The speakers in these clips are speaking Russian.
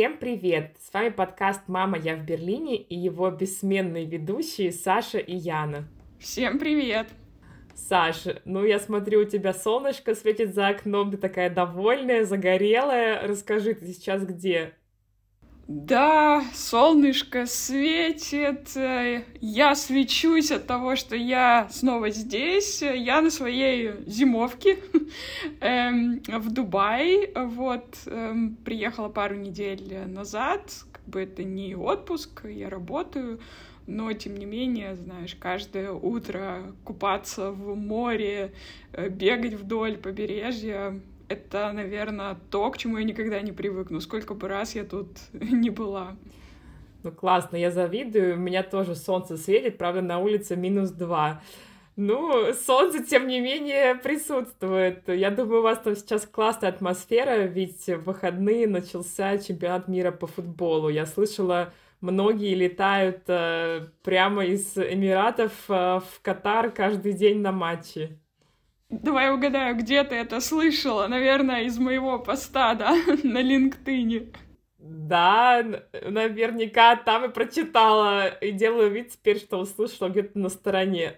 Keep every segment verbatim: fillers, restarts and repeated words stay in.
Всем привет! С вами подкаст «Мама, я в Берлине» и его бессменные ведущие Саша и Яна. Всем привет! Саша, ну я смотрю, у тебя солнышко светит за окном, ты такая довольная, загорелая. Расскажи, ты сейчас где? Да, солнышко светит, э, я свечусь от того, что я снова здесь. Я на своей зимовке эм, в Дубае, вот, эм, приехала пару недель назад, как бы это не отпуск, я работаю, но, тем не менее, знаешь, каждое утро купаться в море, э, бегать вдоль побережья — это, наверное, то, к чему я никогда не привыкну, сколько бы раз я тут не была. Ну классно, я завидую, у меня тоже солнце светит, правда, на улице минус два. Ну, солнце, тем не менее, присутствует. Я думаю, у вас там сейчас классная атмосфера, ведь в выходные начался чемпионат мира по футболу. Я слышала, многие летают э, прямо из Эмиратов э, в Катар каждый день на матчи. Давай угадаю, где ты это слышала? Наверное, из моего поста, да, на LinkedIn. Да, н- наверняка там и прочитала, и делаю вид теперь, что услышала где-то на стороне.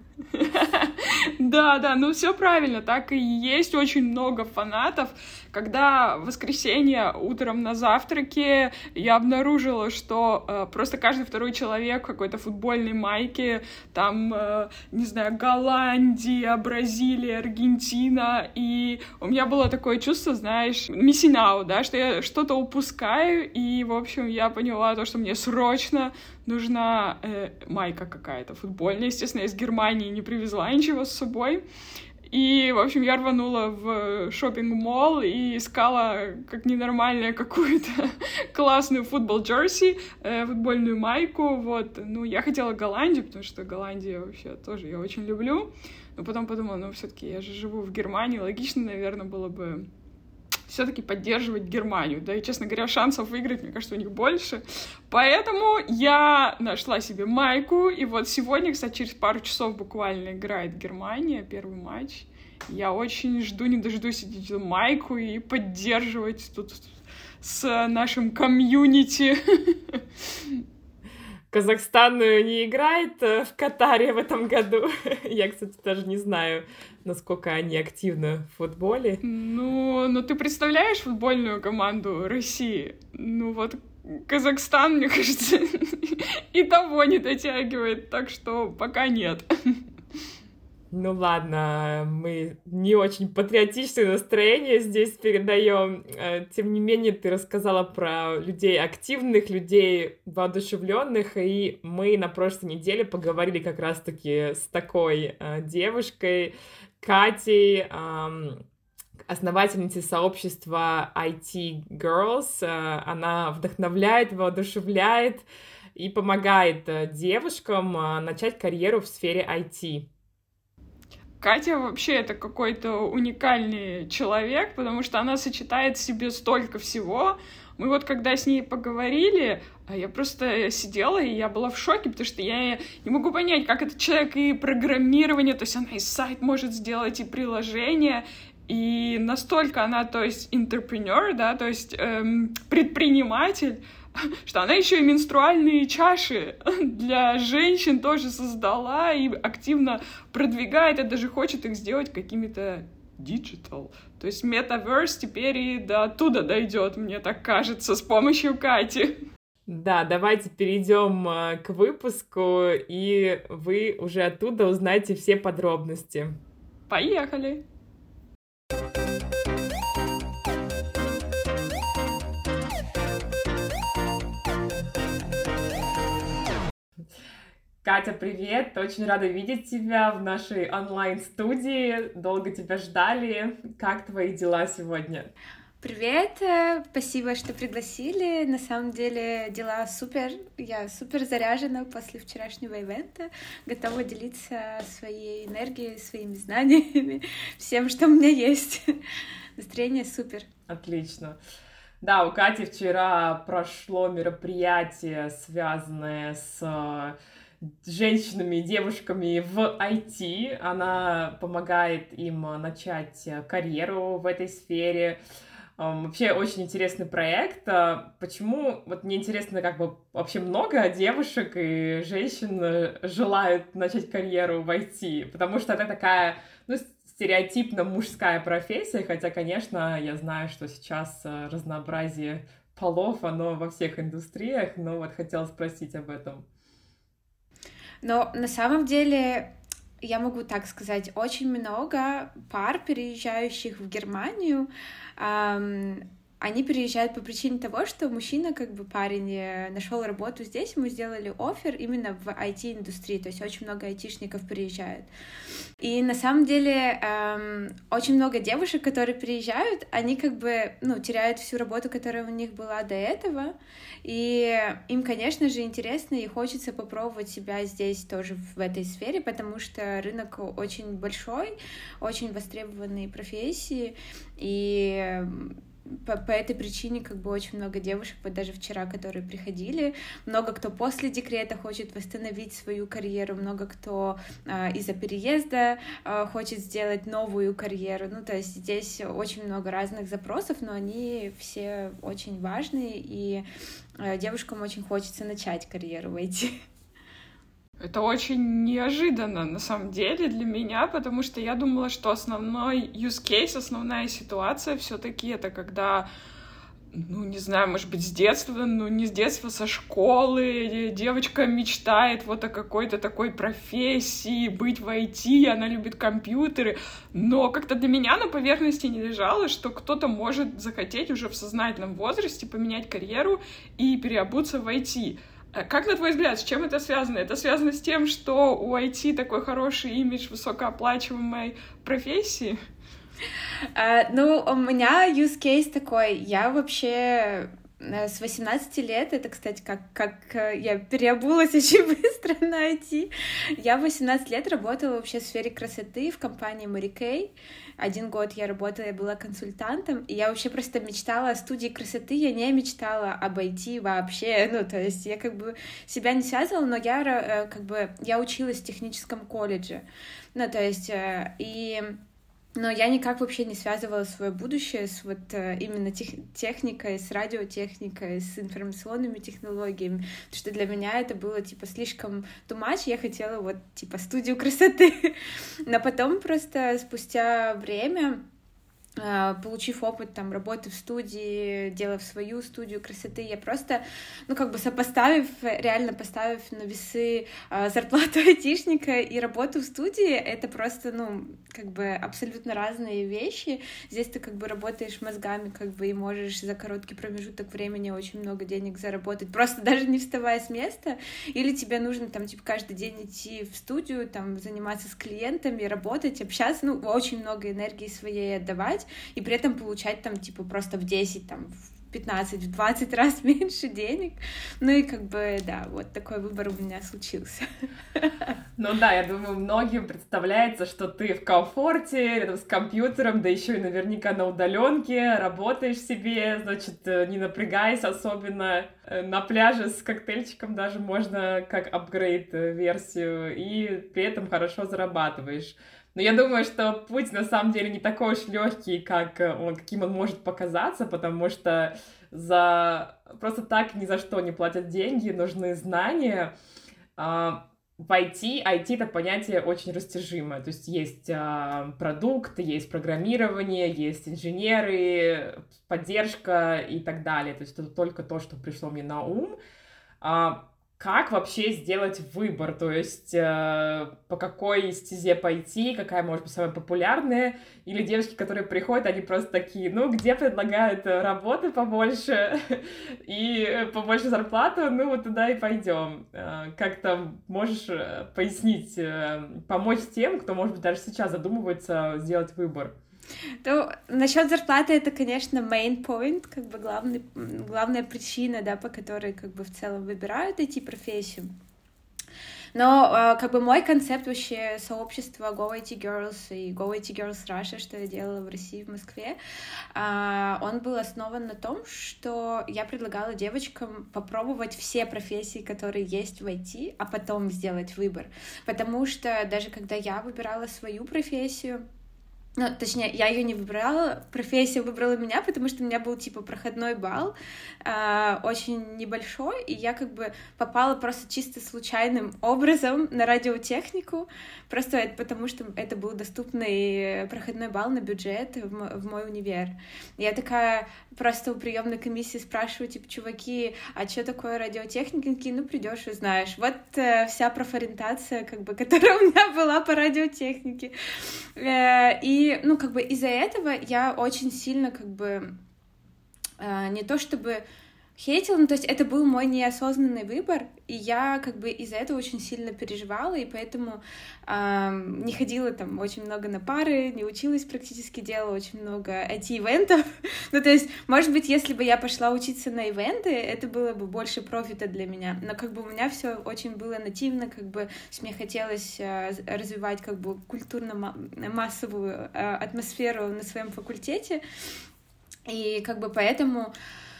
Да, да, ну все правильно, так и есть очень много фанатов. Когда в воскресенье утром на завтраке я обнаружила, что э, просто каждый второй человек в какой-то футбольной майке, там, э, не знаю, Голландия, Бразилия, Аргентина, и у меня было такое чувство, знаешь, missing out, да, что я что-то упускаю, и, в общем, я поняла то, что мне срочно нужна э, майка какая-то футбольная. Естественно, я из Германии не привезла ничего с собой. И, в общем, я рванула в шоппинг-молл и искала, как ненормальная, какую-то классную футбол-джерси, э, футбольную майку, вот. Ну, я хотела Голландию, потому что Голландию вообще тоже я очень люблю. Но потом подумала, ну, все-таки я же живу в Германии, логично, наверное, было бы все-таки поддерживать Германию. Да, и, честно говоря, шансов выиграть, мне кажется, у них больше. Поэтому я нашла себе майку. И вот сегодня, кстати, через пару часов буквально играет Германия, первый матч. Я очень жду, не дождусь идти эту майку и поддерживать тут с нашим комьюнити. Казахстан не играет э, в Катаре в этом году. Я, кстати, даже не знаю, насколько они активны в футболе. Ну, ну ты представляешь футбольную команду России? Ну вот Казахстан, мне кажется, и того не дотягивает, так что пока нет. Ну ладно, мы не очень патриотичное настроение здесь передаем. Э, Тем не менее, ты рассказала про людей активных, людей воодушевленных, и мы на прошлой неделе поговорили как раз-таки с такой э, девушкой, Катей, ам, основательницей сообщества ай ти Girls. Э, Она вдохновляет, воодушевляет и помогает э, девушкам э, начать карьеру в сфере ай ти. Катя вообще это какой-то уникальный человек, потому что она сочетает в себе столько всего. Мы вот когда с ней поговорили, а я просто сидела, и я была в шоке, потому что я не могу понять, как этот человек и программирование, то есть она и сайт может сделать, и приложение, и настолько она, то есть, entrepreneur, да, то есть эм, предприниматель, что она еще и менструальные чаши для женщин тоже создала и активно продвигает, и даже хочет их сделать какими-то digital. То есть Metaverse теперь и до оттуда дойдет, мне так кажется, с помощью Кати. Да, давайте перейдем э, к выпуску, и вы уже оттуда узнаете все подробности. Поехали! Катя, привет! Очень рада видеть тебя в нашей онлайн-студии. Долго тебя ждали. Как твои дела сегодня? Привет, э, спасибо, что пригласили. На самом деле дела супер. Я супер заряжена после вчерашнего ивента, готова делиться своей энергией, своими знаниями, всем, что у меня есть. Настроение супер. Отлично. Да, у Кати вчера прошло мероприятие, связанное с э, женщинами и девушками в ай ти. Она помогает им начать карьеру в этой сфере. Ам, Вообще очень интересный проект. А Почему, вот мне интересно, как бы вообще много девушек и женщин э, желают начать карьеру в ай ти, потому что это такая, ну, стереотипно мужская профессия, хотя, конечно, я знаю, что сейчас э, разнообразие полов, оно во всех индустриях, но вот хотела спросить об этом. Но на самом деле, я могу так сказать, очень много пар, переезжающих в Германию, ам, они переезжают по причине того, что мужчина, как бы парень, нашел работу здесь, ему сделали оффер именно в ай ти-индустрии, то есть очень много айтишников переезжают. И на самом деле эм, очень много девушек, которые приезжают, они как бы, ну, теряют всю работу, которая у них была до этого, и им, конечно же, интересно и хочется попробовать себя здесь тоже в этой сфере, потому что рынок очень большой, очень востребованные профессии, и по, по этой причине как бы очень много девушек, вот даже вчера, которые приходили, много кто после декрета хочет восстановить свою карьеру, много кто э, из-за переезда э, хочет сделать новую карьеру, ну то есть здесь очень много разных запросов, но они все очень важные, и э, девушкам очень хочется начать карьеру в ай ти. Это очень неожиданно, на самом деле, для меня, потому что я думала, что основной use case, основная ситуация все-таки это когда, ну, не знаю, может быть, с детства, ну, не с детства, со школы девочка мечтает вот о какой-то такой профессии, быть в ай ти, она любит компьютеры, но как-то для меня на поверхности не лежало, что кто-то может захотеть уже в сознательном возрасте поменять карьеру и переобуться в ай ти. Как, на твой взгляд, с чем это связано? Это связано с тем, что у ай ти такой хороший имидж высокооплачиваемой профессии? Uh, ну, у меня use case такой. Я вообще с восемнадцати лет, это, кстати, как, как я переобулась очень быстро на ай ти. Я в восемнадцать лет работала вообще в сфере красоты в компании Mary Kay. Один год я работала, я была консультантом, и я вообще просто мечтала о студии красоты, я не мечтала об ай ти вообще, ну, то есть я как бы себя не связывала, но я как бы, я училась в техническом колледже, ну, то есть, и... Но я никак вообще не связывала свое будущее с вот э, именно тех, техникой, с радиотехникой, с информационными технологиями, потому что для меня это было, типа, слишком too much, я хотела вот, типа, студию красоты. Но потом просто спустя время, получив опыт там работы в студии, делав свою студию красоты, я просто, ну, как бы сопоставив, реально поставив на весы зарплату айтишника и работу в студии, это просто, ну, как бы абсолютно разные вещи. Здесь ты как бы работаешь мозгами, как бы, и можешь за короткий промежуток времени очень много денег заработать, просто даже не вставая с места, или тебе нужно там, типа, каждый день идти в студию, там, заниматься с клиентами, работать, общаться, ну, очень много энергии своей отдавать, и при этом получать там, типа, просто в десять, там, в пятнадцать, в двадцать раз меньше денег. Ну и как бы, да, вот такой выбор у меня случился. Ну да, я думаю, многим представляется, что ты в комфорте, рядом с компьютером, да еще и наверняка на удаленке, работаешь себе, значит, не напрягаясь, особенно на пляже с коктейльчиком даже можно как апгрейд-версию, и при этом хорошо зарабатываешь. Но я думаю, что путь на самом деле не такой уж легкий, как он, каким он может показаться, потому что за просто так ни за что не платят деньги, нужны знания. В ай ти, ай ти — это понятие очень растяжимое, то есть есть а, продукт, есть программирование, есть инженеры, поддержка и так далее, то есть это только то, что пришло мне на ум. А, как вообще сделать выбор, то есть э, по какой стезе пойти, какая может быть самая популярная, или девушки, которые приходят, они просто такие, ну, где предлагают работы побольше и побольше зарплату, ну, вот туда и пойдем. Э, как-то можешь пояснить, э, помочь тем, кто, может быть, даже сейчас задумывается сделать выбор? Ну, насчет зарплаты это, конечно, main point, как бы главный, главная причина, да, по которой как бы в целом выбирают идти профессию. Но как бы мой концепт вообще сообщества Go ай ти Girls и Go ай ти Girls Russia, что я делала в России, в Москве, он был основан на том, что я предлагала девочкам попробовать все профессии, которые есть в ай ти, а потом сделать выбор. Потому что даже когда я выбирала свою профессию, Ну, точнее, я ее не выбирала, профессия выбрала меня, потому что у меня был, типа, проходной балл, э, очень небольшой, и я как бы попала просто чисто случайным образом на радиотехнику, просто это потому что это был доступный проходной балл на бюджет в мой, в мой универ. Я такая просто у приемной комиссии спрашиваю, типа, чуваки, а что такое радиотехника? Такие, ну, придешь и знаешь. Вот э, вся профориентация, как бы, которая у меня была по радиотехнике. Э, и И, ну, как бы из-за этого я очень сильно, как бы, э, не то чтобы хейтила, ну, то есть это был мой неосознанный выбор, и я, как бы, из-за этого очень сильно переживала, и поэтому э, не ходила там очень много на пары, не училась практически, делала очень много ай ти-ивентов. Ну, то есть, может быть, если бы я пошла учиться на ивенты, это было бы больше профита для меня, но, как бы, у меня все очень было нативно, как бы, мне хотелось э, развивать, как бы, культурно-массовую э, атмосферу на своем факультете, и, как бы, поэтому...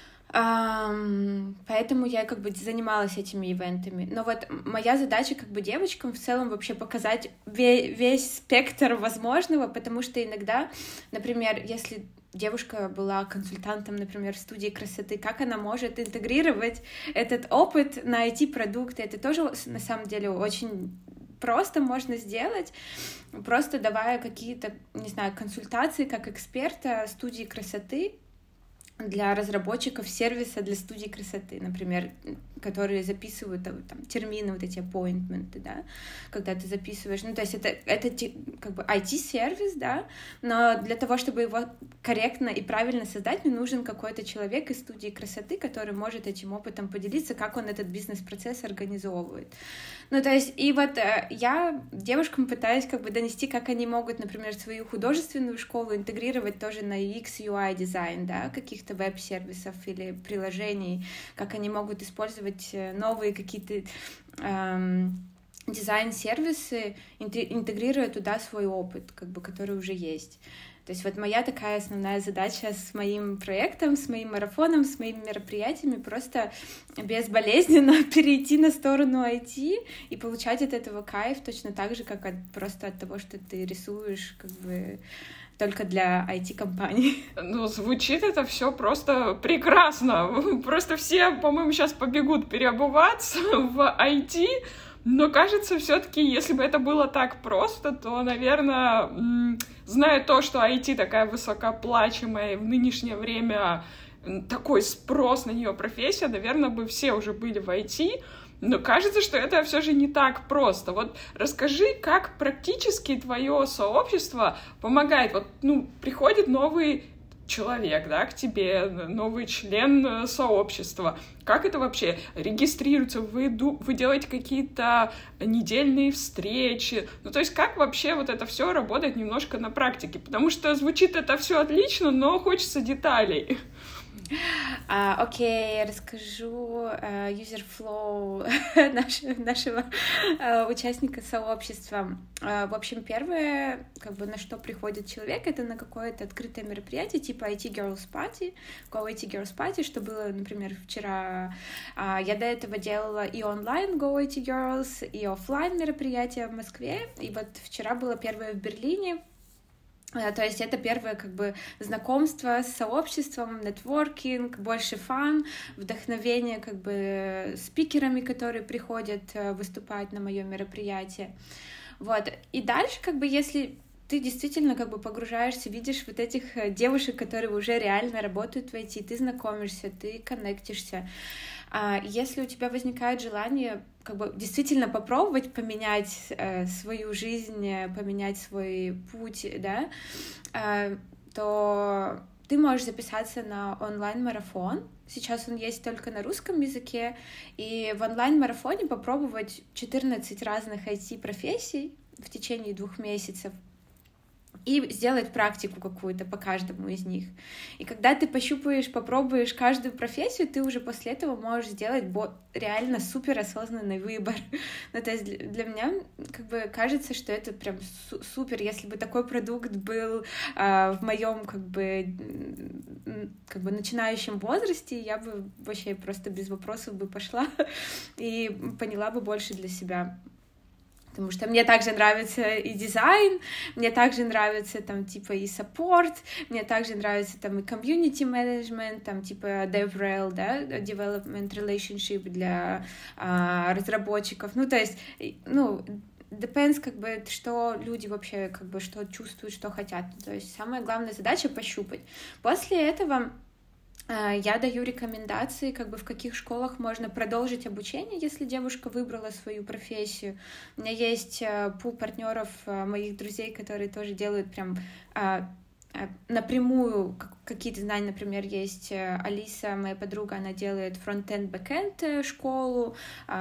Um, поэтому я как бы занималась этими ивентами. Но вот моя задача как бы девочкам в целом вообще показать ве- весь спектр возможного, потому что иногда, например, если девушка была консультантом, например, в студии красоты, как она может интегрировать этот опыт на ай ти-продукты, это тоже на самом деле очень просто можно сделать, просто давая какие-то, не знаю, консультации как эксперта студии красоты, для разработчиков сервиса для студий красоты, например, которые записывают там термины, вот эти appointment, да, когда ты записываешь, ну, то есть это, это как бы ай ти-сервис, да, но для того, чтобы его корректно и правильно создать, мне нужен какой-то человек из студии красоты, который может этим опытом поделиться, как он этот бизнес-процесс организовывает. Ну, то есть, и вот я девушкам пытаюсь как бы донести, как они могут, например, свою художественную школу интегрировать тоже на ю экс, ю ай дизайн, да, каких-то веб-сервисов или приложений, как они могут использовать новые какие-то эм, дизайн-сервисы, интегрируя туда свой опыт, как бы, который уже есть. То есть вот моя такая основная задача с моим проектом, с моим марафоном, с моими мероприятиями просто безболезненно перейти на сторону ай ти и получать от этого кайф точно так же, как от, просто от того, что ты рисуешь, как бы, только для ай ти-компаний. Ну, звучит это все просто прекрасно. Просто все, по-моему, сейчас побегут переобуваться в ай ти, но кажется, все-таки, если бы это было так просто, то, наверное, зная то, что ай ти такая высокооплачиваемая в нынешнее время, такой спрос на нее профессия, наверное, бы все уже были в ай ти. Но кажется, что это все же не так просто. Вот расскажи, как практически твое сообщество помогает. Вот, ну, приходит новый человек, да, к тебе, новый член сообщества. Как это вообще регистрируется? Вы, вы делаете какие-то недельные встречи? Ну, то есть как вообще вот это все работает немножко на практике? Потому что звучит это все отлично, но хочется деталей. Uh, окей, okay, расскажу uh, user flow нашего, нашего uh, участника сообщества. Uh, в общем, первое, как бы, на что приходит человек, это на какое-то открытое мероприятие, типа ай ти Girls Party, Go ай ти Girls Party, что было, например, вчера. Uh, я до этого делала и онлайн Go ай ти Girls, и офлайн мероприятия в Москве, и вот вчера было первое в Берлине. То есть это первое, как бы, знакомство с сообществом, нетворкинг, больше фан, вдохновение, как бы, спикерами, которые приходят выступать на мое мероприятие. Вот. И дальше, как бы, если ты действительно, как бы, погружаешься, видишь вот этих девушек, которые уже реально работают в ай ти, ты знакомишься, ты коннектишься. А если у тебя возникает желание, как бы, действительно попробовать поменять э, свою жизнь, поменять свой путь, да, э, то ты можешь записаться на онлайн-марафон. Сейчас он есть только на русском языке, и в онлайн-марафоне попробовать четырнадцать разных ай ти-профессий в течение двух месяцев и сделать практику какую-то по каждому из них. И когда ты пощупаешь, попробуешь каждую профессию, ты уже после этого можешь сделать бо- реально супер осознанный выбор. Ну, то есть для меня, как бы, кажется, что это прям су- супер. Если бы такой продукт был а, в моем, как бы, как бы начинающем возрасте, я бы вообще просто без вопросов бы пошла и поняла бы больше для себя. потому что мне также нравится и дизайн, мне также нравится там типа и саппорт, мне также нравится там и community management, там типа DevRel, да, development relationship для а, разработчиков, ну то есть, ну depends, как бы, что люди вообще, как бы, что чувствуют, что хотят. То есть самая главная задача — пощупать. После этого э, я даю рекомендации, как бы, в каких школах можно продолжить обучение, если девушка выбрала свою профессию. У меня есть э, пул партнеров э, моих друзей, которые тоже делают прям э, напрямую какие-то знания, например, есть Алиса, моя подруга, она делает фронт-энд, бэк-энд школу,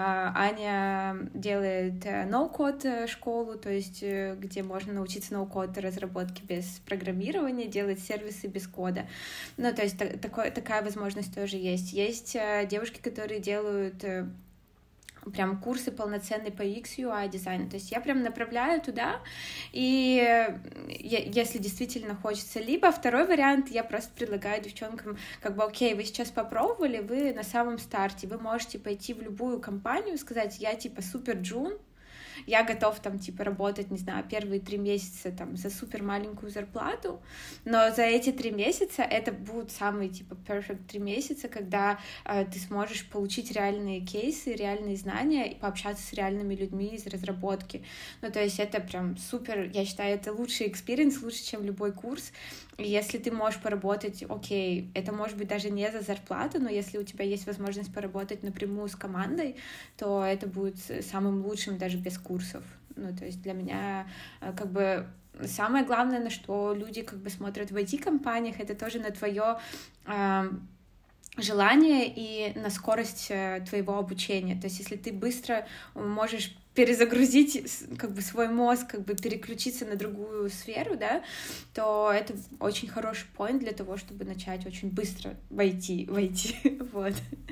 Аня делает ноу-код школу, то есть где можно научиться ноу-код разработки без программирования, делать сервисы без кода. Ну, то есть такой, такая возможность тоже есть. Есть девушки, которые делают прям курсы полноценные по ю экс ю ай дизайну, то есть я прям направляю туда, и я, если действительно хочется, либо второй вариант, я просто предлагаю девчонкам, как бы, окей, вы сейчас попробовали, вы на самом старте, вы можете пойти в любую компанию, сказать, я типа супер джун, я готов там типа работать, не знаю, первые три месяца там за супер маленькую зарплату, но за эти три месяца это будут самые типа perfect три месяца, когда э, ты сможешь получить реальные кейсы, реальные знания и пообщаться с реальными людьми из разработки. Ну, то есть это прям супер, я считаю, это лучший экспириенс, лучше, чем любой курс. И если ты можешь поработать, окей, это может быть даже не за зарплату, но если у тебя есть возможность поработать напрямую с командой, то это будет самым лучшим даже без курсов. Ну, то есть для меня как бы самое главное, на что люди как бы смотрят в ай ти-компаниях, это тоже на твое э, желание и на скорость твоего обучения. То есть если ты быстро можешь перезагрузить как бы свой мозг, как бы переключиться на другую сферу, да, то это очень хороший point для того, чтобы начать очень быстро войти, войти, вот.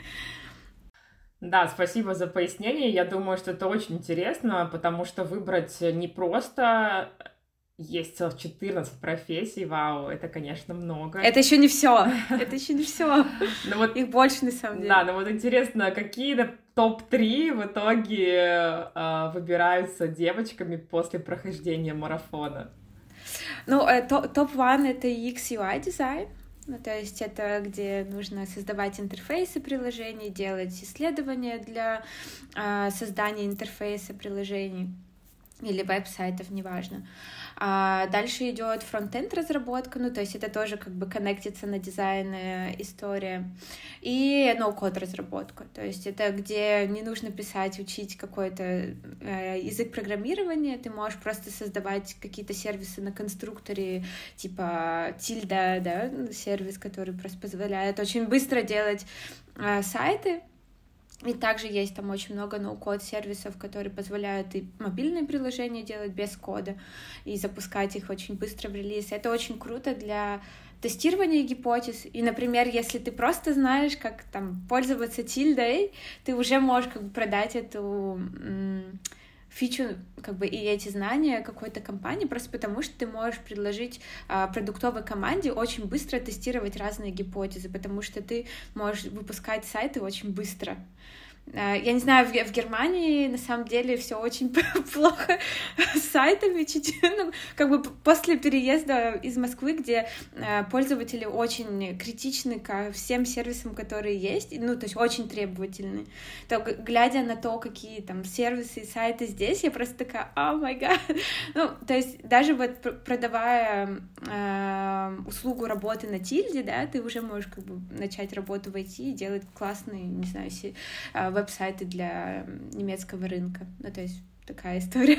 Да, спасибо за пояснение. Я думаю, что это очень интересно, потому что выбрать не просто... Есть целых четырнадцать профессий, вау, это, конечно, много. Это еще не все, это еще не все. Вот, их больше, на самом деле. Да, но вот интересно, какие топ три в итоге э, выбираются девочками после прохождения марафона? Ну, э, топ-один — это ю экс ю ай дизайн. Ну, то есть это где нужно создавать интерфейсы приложений, делать исследования для э, создания интерфейса приложений или веб-сайтов, неважно. А дальше идет фронт-энд разработка, ну, то есть это тоже как бы коннектится на дизайн история. И ноу-код разработка, то есть это где не нужно писать, учить какой-то э, язык программирования, ты можешь просто создавать какие-то сервисы на конструкторе, типа Tilda, да, сервис, который просто позволяет очень быстро делать э, сайты. И также есть там очень много ноу-код сервисов, которые позволяют и мобильные приложения делать без кода, и запускать их очень быстро в релиз. Это очень круто для тестирования гипотез. И, например, если ты просто знаешь, как там пользоваться тильдой, ты уже можешь как бы продать эту м- фичу, как бы, и эти знания какой-то компании, просто потому что ты можешь предложить а, продуктовой команде очень быстро тестировать разные гипотезы, потому что ты можешь выпускать сайты очень быстро. Я не знаю, в, в Германии на самом деле все очень плохо с сайтами, чуть, ну, как бы после переезда из Москвы, где э, пользователи очень критичны ко всем сервисам, которые есть, ну, то есть очень требовательны, то, глядя на то, какие там сервисы и сайты здесь, я просто такая, о май гад, ну, то есть даже вот продавая э, услугу работы на Тильде, да, ты уже можешь как бы начать работу в ай ти и делать классные, не знаю, си, э, веб-сайты для немецкого рынка. Ну, то есть такая история.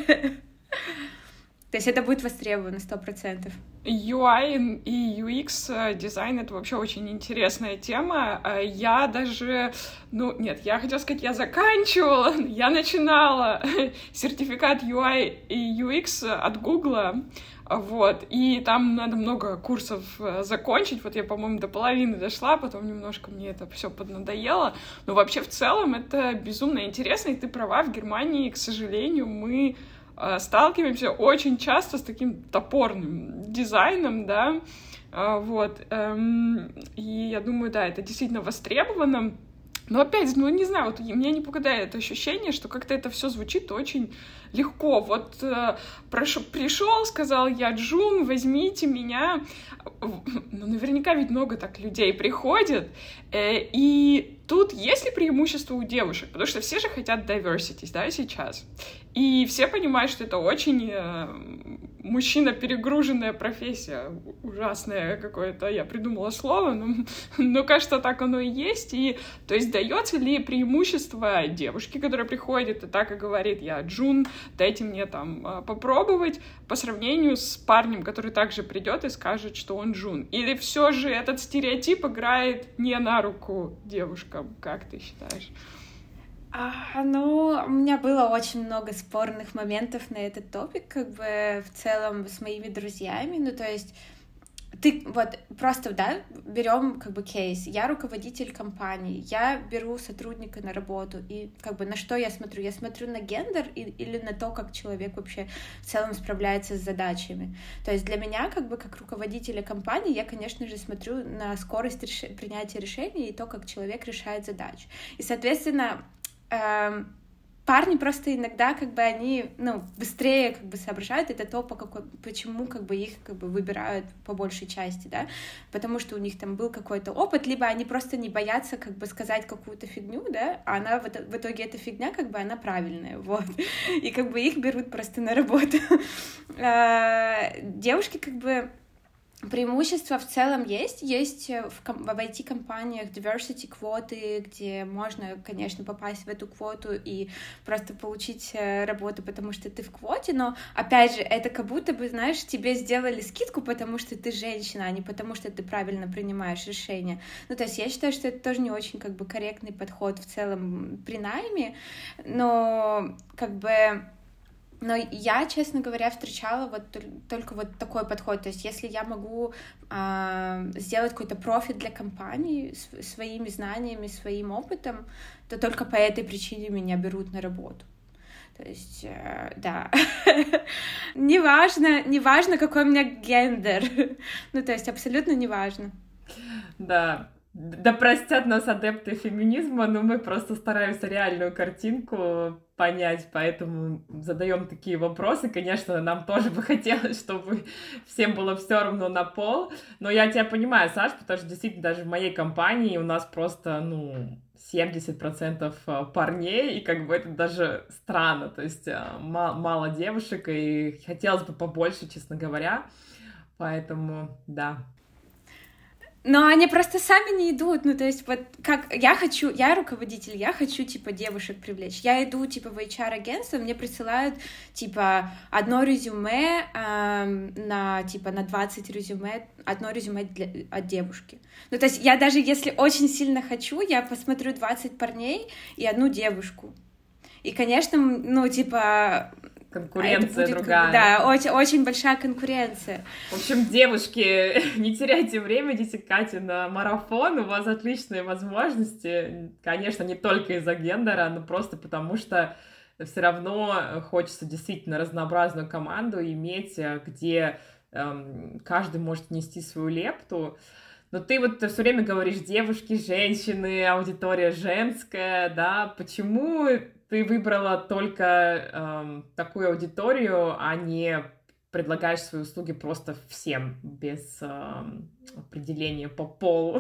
То есть это будет востребовано сто процентов. ю ай и ю экс дизайн — это вообще очень интересная тема. Я даже... Ну, нет, я хотела сказать, я заканчивала, я начинала сертификат ю ай и ю экс от Гугла. Вот, и там надо много курсов закончить, вот я, по-моему, до половины дошла, потом немножко мне это все поднадоело, но вообще в целом это безумно интересно, и ты права, в Германии, к сожалению, мы сталкиваемся очень часто с таким топорным дизайном, да, вот, и я думаю, да, это действительно востребовано. Но опять, ну не знаю, вот меня не покидает ощущение, что как-то это все звучит очень легко. Вот э, прошу, пришел, сказал я: Джун, возьмите меня. Ну, наверняка ведь много так людей приходит. Э, и тут есть ли преимущество у девушек? Потому что все же хотят diversity, да, сейчас. И все понимают, что это очень э, мужчина-перегруженная профессия. Ужасное какое-то, я придумала слово, но, но кажется, так оно и есть. И, то есть дается ли преимущество девушке, которая приходит и так и говорит: я Джун, дайте мне там попробовать, по сравнению с парнем, который также придет и скажет, что он Джун? Или все же этот стереотип играет не на руку девушкам? Как ты считаешь? А, ну, у меня было очень много спорных моментов на этот топик, как бы в целом с моими друзьями. Ну, то есть ты вот просто, да, берем как бы кейс. Я руководитель компании, я беру сотрудника на работу, и как бы на что я смотрю? Я смотрю на гендер и, или на то, как человек вообще в целом справляется с задачами. То есть для меня, как бы как руководителя компании, я, конечно же, смотрю на скорость реш... принятия решений и то, как человек решает задачи. И, соответственно, эм, парни просто иногда, как бы, они, ну, быстрее, как бы, соображают, это то, по какой, почему, как бы, их, как бы, выбирают по большей части, да, потому что у них там был какой-то опыт, либо они просто не боятся, как бы, сказать какую-то фигню, да, а она, в, в итоге эта фигня, как бы, она правильная, вот, и, как бы, их берут просто на работу. Девушки, как бы, преимущества в целом есть. Есть в, ком- в ай ти-компаниях diversity квоты, где можно, конечно, попасть в эту квоту и просто получить работу, потому что ты в квоте, но, опять же, это как будто бы, знаешь, тебе сделали скидку, потому что ты женщина, а не потому что ты правильно принимаешь решения. Ну, то есть я считаю, что это тоже не очень, как бы, корректный подход в целом при найме, но, как бы... Но я, честно говоря, встречала вот только вот такой подход. То есть если я могу э, сделать какой-то профит для компании своими знаниями, своим опытом, то только по этой причине меня берут на работу. То есть, э, да. Неважно, неважно, какой у меня гендер. Ну, то есть абсолютно неважно. Да. Да простят нас адепты феминизма, но мы просто стараемся реальную картинку понять, поэтому задаем такие вопросы. Конечно, нам тоже бы хотелось, чтобы всем было все равно на пол, но я тебя понимаю, Саш, потому что действительно даже в моей компании у нас просто, ну, семьдесят процентов парней, и как бы это даже странно, то есть мало девушек, и хотелось бы побольше, честно говоря, поэтому, да. Но они просто сами не идут, ну, то есть, вот, как, я хочу, я руководитель, я хочу, типа, девушек привлечь, я иду, типа, в эйч ар-агентство, мне присылают, типа, одно резюме эм, на, типа, на двадцать резюме, одно резюме для, от девушки. Ну, то есть, я даже, если очень сильно хочу, я посмотрю двадцать парней и одну девушку. И, конечно, ну, типа... Конкуренция будет, другая. Да, очень, очень большая конкуренция. В общем, девушки, не теряйте время, идите к Кате на марафон, у вас отличные возможности, конечно, не только из-за гендера, но просто потому что все равно хочется действительно разнообразную команду иметь, где эм, каждый может внести свою лепту. Но ты вот все время говоришь: девушки, женщины, аудитория женская, да, почему ты выбрала только эм, такую аудиторию, а не предлагаешь свои услуги просто всем, без эм, определения по полу?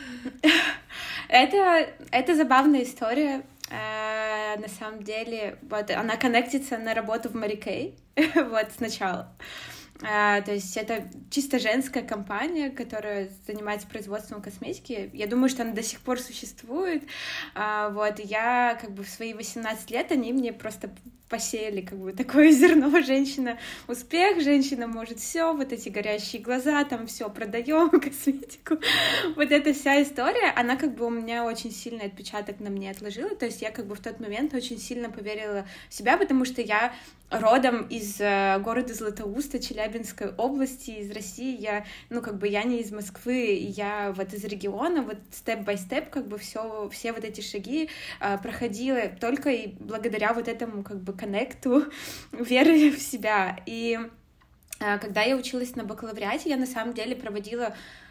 Это, это забавная история. Uh, на самом деле, вот она коннектится на работу в Mary Kay, вот сначала. Uh, то есть это чисто женская компания, которая занимается производством косметики. Я думаю, что она до сих пор существует. Uh, вот, и я как бы в свои восемнадцать лет, они мне просто посеяли как бы такое зерно: женщина успех, женщина может все, вот эти горящие глаза, там все продаем, косметику. Вот эта вся история, она как бы у меня очень сильный отпечаток на мне отложила. То есть я как бы в тот момент очень сильно поверила в себя, потому что я родом из э, города Златоуста, Челябинской области, из России. Я, ну, как бы я не из Москвы, я вот из региона, вот степ-бай-степ, как бы все, все вот эти шаги э, проходила только и благодаря вот этому, как бы, коннекту, веры в себя. И э, когда я училась на бакалавриате, я на самом деле проводила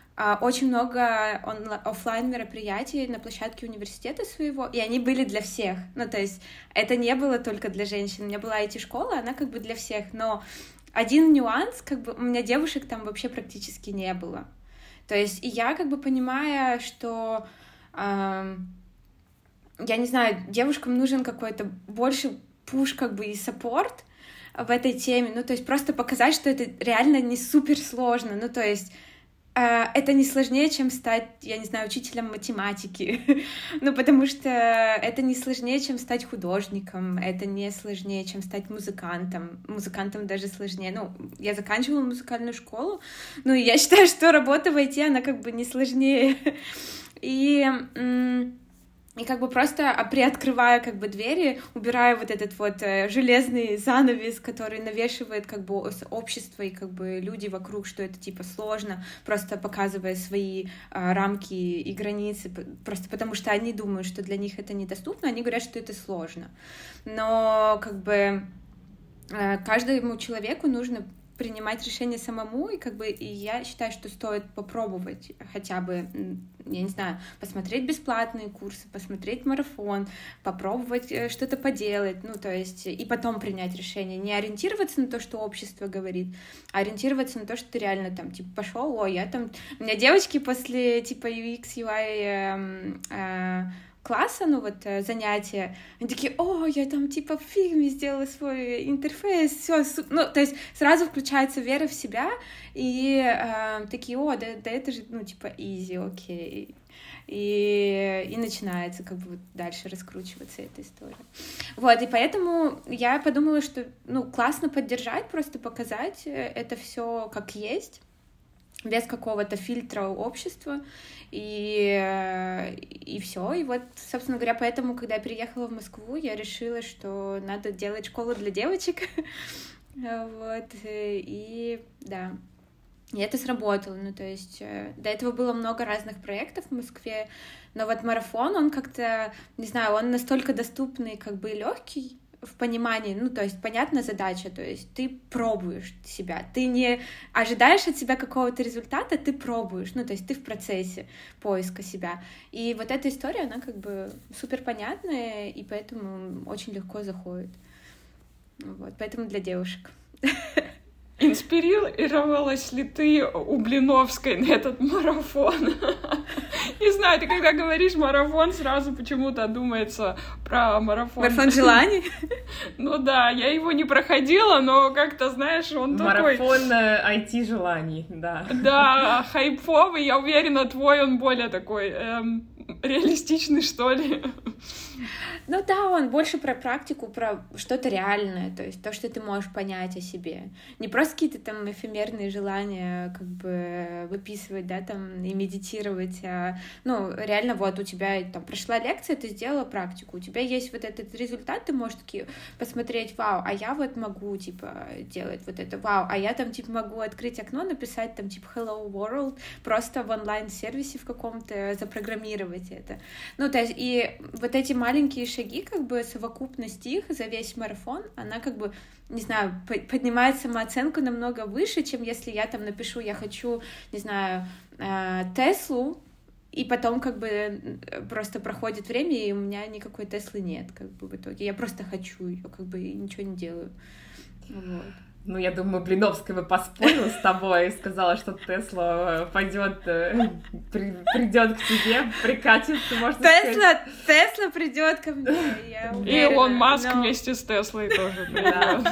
а, очень много онла- оффлайн мероприятий на площадке университета своего, и они были для всех. Ну, то есть это не было только для женщин. У меня была ай ти-школа, она как бы для всех, но один нюанс, как бы у меня девушек там вообще практически не было. То есть и я как бы понимая, что, эм, я не знаю, девушкам нужен какой-то больше пуш как бы и саппорт в этой теме, ну, то есть просто показать, что это реально не супер сложно, ну, то есть э, это не сложнее, чем стать, я не знаю, учителем математики, ну, потому что это не сложнее, чем стать художником, это не сложнее, чем стать музыкантом, музыкантом даже сложнее, ну, я заканчивала музыкальную школу, ну, и я считаю, что работа в ай ти, она как бы не сложнее, и... м- И как бы просто приоткрывая как бы двери, убирая вот этот вот э, железный занавес, который навешивает как бы ос- общество и как бы люди вокруг, что это типа сложно, просто показывая свои э, рамки и границы, п- просто потому что они думают, что для них это недоступно, они говорят, что это сложно. Но как бы э, каждому человеку нужно принимать решение самому, и как бы и я считаю, что стоит попробовать хотя бы, я не знаю, посмотреть бесплатные курсы, посмотреть марафон, попробовать э, что-то поделать, ну, то есть, и потом принять решение, не ориентироваться на то, что общество говорит, а ориентироваться на то, что ты реально там, типа, пошел, ой, я там... У меня девочки после, типа, ю экс, ю ай э, э, класса, ну вот э, занятия, они такие, о, я там типа в фигме сделала свой интерфейс, все, ну, то есть сразу включается вера в себя, и э, такие, о, да, да это же, ну, типа, easy, окей, и, и начинается как бы дальше раскручиваться эта история. Вот, и поэтому я подумала, что, ну, классно поддержать, просто показать это все как есть, без какого-то фильтра общества, и, и все. И вот, собственно говоря, поэтому, когда я переехала в Москву, я решила, что надо делать школу для девочек. Вот, и да, и это сработало. Ну, то есть до этого было много разных проектов в Москве, но вот марафон, он как-то, не знаю, он настолько доступный, как бы легкий, в понимании, ну, то есть понятна задача, то есть ты пробуешь себя, ты не ожидаешь от себя какого-то результата, ты пробуешь, ну, то есть ты в процессе поиска себя. И вот эта история, она как бы супер понятная, и поэтому очень легко заходит. Вот, поэтому для девушек. Инспирировалась ли ты у Блиновской на этот марафон? Не знаю, ты когда говоришь марафон, сразу почему-то думается про марафон. Марафон желаний? Ну да, я его не проходила, но как-то, знаешь, он такой... Марафон ай ти желаний, да. Да, хайповый, я уверена, твой он более такой эм, реалистичный, что ли. Ну да, он больше про практику, про что-то реальное, то есть то, что ты можешь понять о себе. Не просто какие-то там эфемерные желания как бы выписывать, да, там, и медитировать, а, ну, реально вот у тебя там прошла лекция, ты сделала практику, у тебя есть вот этот результат, ты можешь таки посмотреть, вау, а я вот могу, типа, делать вот это, вау, а я там, типа, могу открыть окно, написать там, типа, hello world, просто в онлайн-сервисе в каком-то запрограммировать это. Ну, то есть, и вот эти маленькие шаги, как бы совокупность их за весь марафон, она как бы, не знаю, поднимает самооценку намного выше, чем если я там напишу, я хочу, не знаю, Теслу, и потом как бы просто проходит время, и у меня никакой Теслы нет, как бы в итоге. Я просто хочу ее, как бы, и ничего не делаю. Вот. Ну, я думаю, Блиновская бы поспорила с тобой и сказала, что Тесла пойдет, при, придет к тебе, прикатит, можно Тесла, сказать. Тесла придет ко мне, я уверена. И Илон Маск но... вместе с Теслой тоже придет.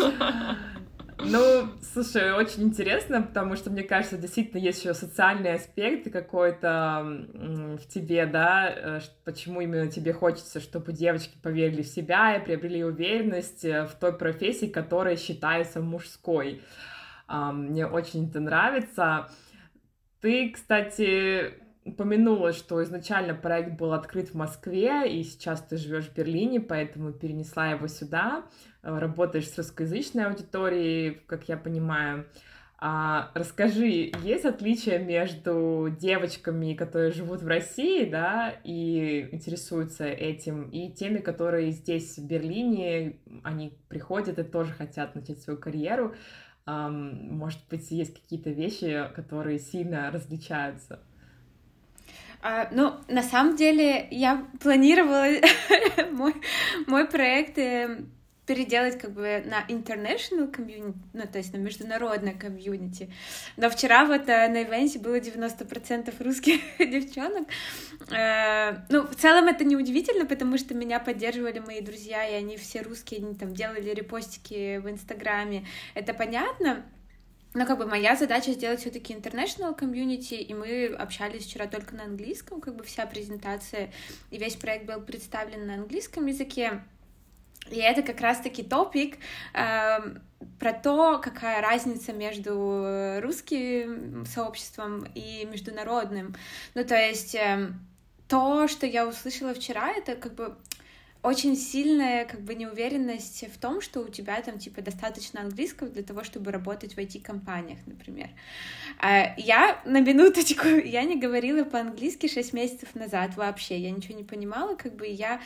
Ну, слушай, очень интересно, потому что, мне кажется, действительно есть еще социальный аспект какой-то в тебе, да, почему именно тебе хочется, чтобы девочки поверили в себя и приобрели уверенность в той профессии, которая считается мужской. Мне очень это нравится. Ты, кстати, упомянула, что изначально проект был открыт в Москве, и сейчас ты живешь в Берлине, поэтому перенесла его сюда. Работаешь с русскоязычной аудиторией, как я понимаю. А, расскажи, есть отличия между девочками, которые живут в России, да, и интересуются этим, и теми, которые здесь, в Берлине, они приходят и тоже хотят начать свою карьеру. Может быть, есть какие-то вещи, которые сильно различаются? Uh, ну, на самом деле, я планировала мой, мой проект переделать как бы на international community, ну, то есть на международное комьюнити. Но вчера вот на ивенте было девяносто процентов русских девчонок. Uh, ну, в целом это не удивительно, потому что меня поддерживали мои друзья, и они все русские, они там делали репостики в Инстаграме. Это понятно. Но как бы моя задача сделать все-таки international community, и мы общались вчера только на английском, как бы вся презентация и весь проект был представлен на английском языке. И это как раз-таки топик э, про то, какая разница между русским сообществом и международным. Ну, то есть э, то, что я услышала вчера, это как бы очень сильная, как бы, неуверенность в том, что у тебя там, типа, достаточно английского для того, чтобы работать в ай ти-компаниях, например. Я, на минуточку, я не говорила по-английски шесть месяцев назад вообще, я ничего не понимала, как бы, я...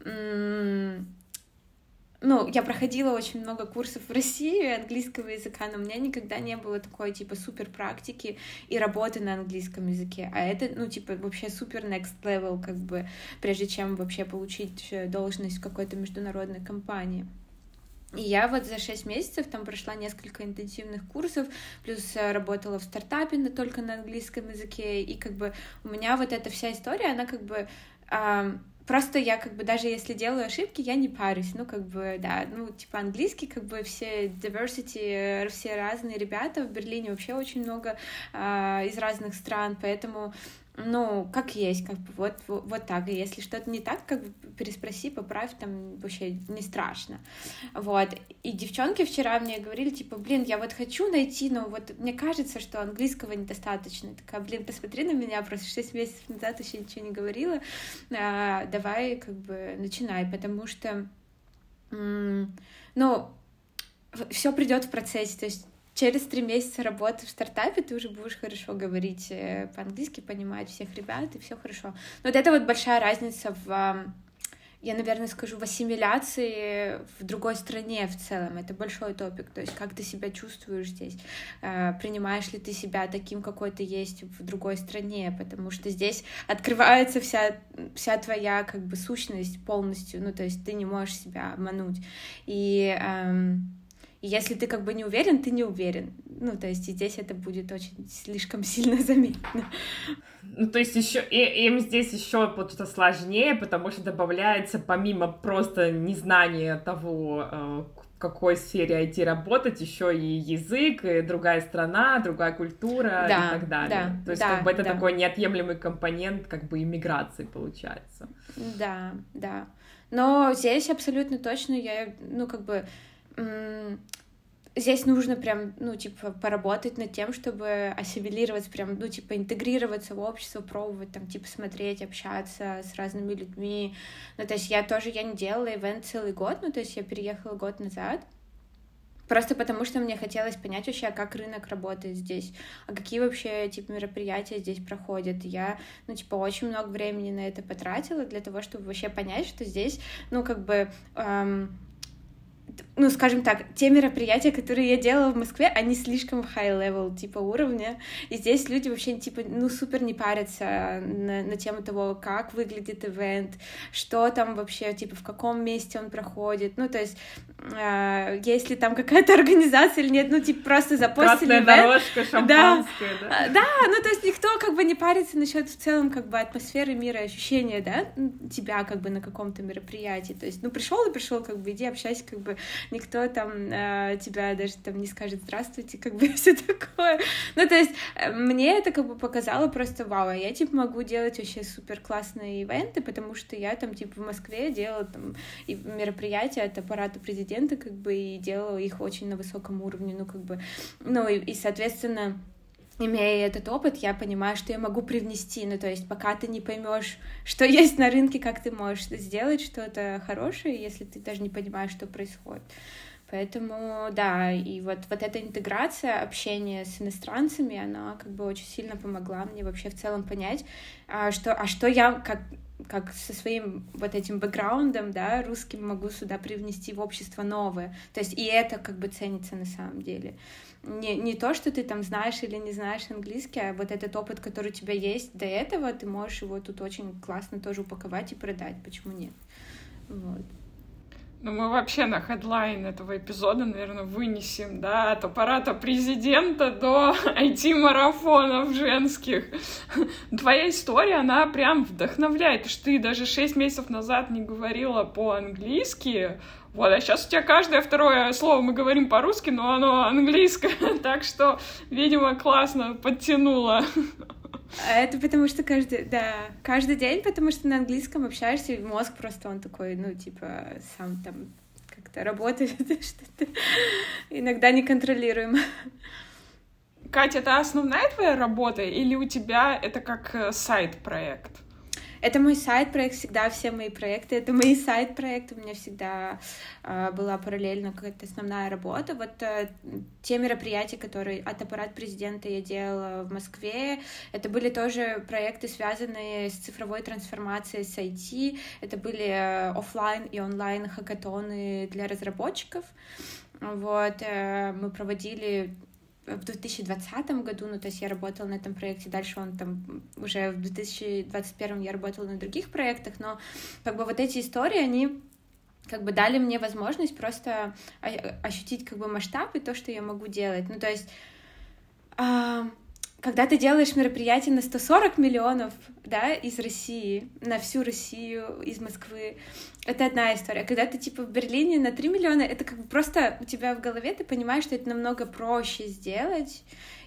Ну, я проходила очень много курсов в России английского языка, но у меня никогда не было такой, типа, супер практики и работы на английском языке. А это, ну, типа, вообще супер next level, как бы, прежде чем вообще получить должность в какой-то международной компании. И я вот за шесть месяцев там прошла несколько интенсивных курсов, плюс работала в стартапе но только на английском языке, и как бы у меня вот эта вся история, она как бы... Просто я, как бы, даже если делаю ошибки, я не парюсь, ну, как бы, да, ну, типа, английский, как бы, все diversity, все разные ребята, в Берлине вообще очень много а, из разных стран, поэтому, ну, как есть, как бы, вот, вот, вот так, и если что-то не так, как бы, переспроси, поправь, там, вообще не страшно, вот, и девчонки вчера мне говорили, типа, блин, я вот хочу найти, но вот мне кажется, что английского недостаточно, я такая, блин, посмотри на меня, просто шесть месяцев назад еще ничего не говорила, а, давай, как бы, начинай, потому что, м- ну, все придет в процессе, то есть через три месяца работы в стартапе ты уже будешь хорошо говорить по-английски, понимать всех ребят, и все хорошо. Но вот это вот большая разница в, я, наверное, скажу, в ассимиляции в другой стране в целом. Это большой топик, то есть как ты себя чувствуешь здесь, принимаешь ли ты себя таким, какой ты есть в другой стране, потому что здесь открывается вся, вся твоя, как бы, сущность полностью, ну, то есть ты не можешь себя обмануть. И... Эм... И если ты, как бы, не уверен, ты не уверен. Ну, то есть и здесь это будет очень слишком сильно заметно. Ну, то есть еще и, им здесь еще что-то сложнее, потому что добавляется, помимо просто незнания того, в какой сфере ай ти работать, еще и язык, и другая страна, другая культура, да, и так далее. Да, то есть да, как бы это да. такой неотъемлемый компонент, как бы, иммиграции получается. Да, да. Но здесь абсолютно точно я, ну, как бы... Здесь нужно прям, ну, типа, поработать над тем, чтобы ассимилироваться, прям, ну, типа, интегрироваться в общество, пробовать, там, типа, смотреть, общаться с разными людьми. Ну, то есть я тоже, я не делала ивент целый год, ну, то есть я переехала год назад, просто потому что мне хотелось понять вообще, как рынок работает здесь, а какие вообще, типа, мероприятия здесь проходят. Я, ну, типа, очень много времени на это потратила для того, чтобы вообще понять, что здесь, ну, как бы... Эм, ну, скажем так, те мероприятия, которые я делала в Москве, они слишком high-level, типа, уровня, и здесь люди вообще, типа, ну, супер не парятся на, на тему того, как выглядит ивент, что там вообще, типа, в каком месте он проходит, ну, то есть, э, есть ли там какая-то организация или нет, ну, типа, просто запостили ивент. Красная дорожка, шампанское, да? Да, да, ну, то есть никто, как бы, не парится насчет в целом, как бы, атмосферы мира, ощущения, да, тебя, как бы, на каком-то мероприятии, то есть, ну, пришел и пришел, как бы, иди общайся, как бы, никто там э, тебя даже там не скажет здравствуйте, как бы все такое. Ну, то есть мне это как бы показало просто вау, а я типа могу делать вообще супер классные ивенты, потому что я там типа в Москве делала там и мероприятия от аппарата президента, как бы, и делала их очень на высоком уровне, ну, как бы, ну, и, и соответственно, имея этот опыт, я понимаю, что я могу привнести, ну, то есть пока ты не поймешь, что есть на рынке, как ты можешь сделать что-то хорошее, если ты даже не понимаешь, что происходит. Поэтому, да, и вот, вот эта интеграция, общение с иностранцами, она как бы очень сильно помогла мне вообще в целом понять, а что, а что я как, как со своим вот этим бэкграундом, да, русским могу сюда привнести в общество новое. То есть и это как бы ценится на самом деле. Не, не то, что ты там знаешь или не знаешь английский, а вот этот опыт, который у тебя есть до этого, ты можешь его тут очень классно тоже упаковать и продать. Почему нет? Вот. Ну, мы вообще на хедлайн этого эпизода, наверное, вынесем, да, от аппарата президента до ай ти-марафонов женских. Твоя история, она прям вдохновляет, что ты даже шесть месяцев назад не говорила по-английски, вот, а сейчас у тебя каждое второе слово мы говорим по-русски, но оно английское, так что, видимо, классно подтянула. А это потому что каждый, да, каждый день, потому что на английском общаешься, и мозг просто он такой, ну, типа, сам там как-то работает, что-то иногда неконтролируемо. Катя, это основная твоя работа, или у тебя это как сайд-проект? Это мой сайт-проект, всегда все мои проекты, это мои сайт-проекты, у меня всегда э, была параллельно какая-то основная работа. Вот э, те мероприятия, которые от аппарата президента я делала в Москве, это были тоже проекты, связанные с цифровой трансформацией, с ай ти, это были э, офлайн и онлайн хакатоны для разработчиков. Вот, э, мы проводили в две тысячи двадцатом году, ну, то есть я работала на этом проекте, дальше он там уже в две тысячи двадцать первом я работала на других проектах, но как бы вот эти истории, они как бы дали мне возможность просто ощутить как бы масштаб и то, что я могу делать. Ну, то есть а, когда ты делаешь мероприятие на сто сорок миллионов, да, из России, на всю Россию, из Москвы, это одна история. Когда ты, типа, в Берлине на три миллиона, это как бы просто у тебя в голове, ты понимаешь, что это намного проще сделать,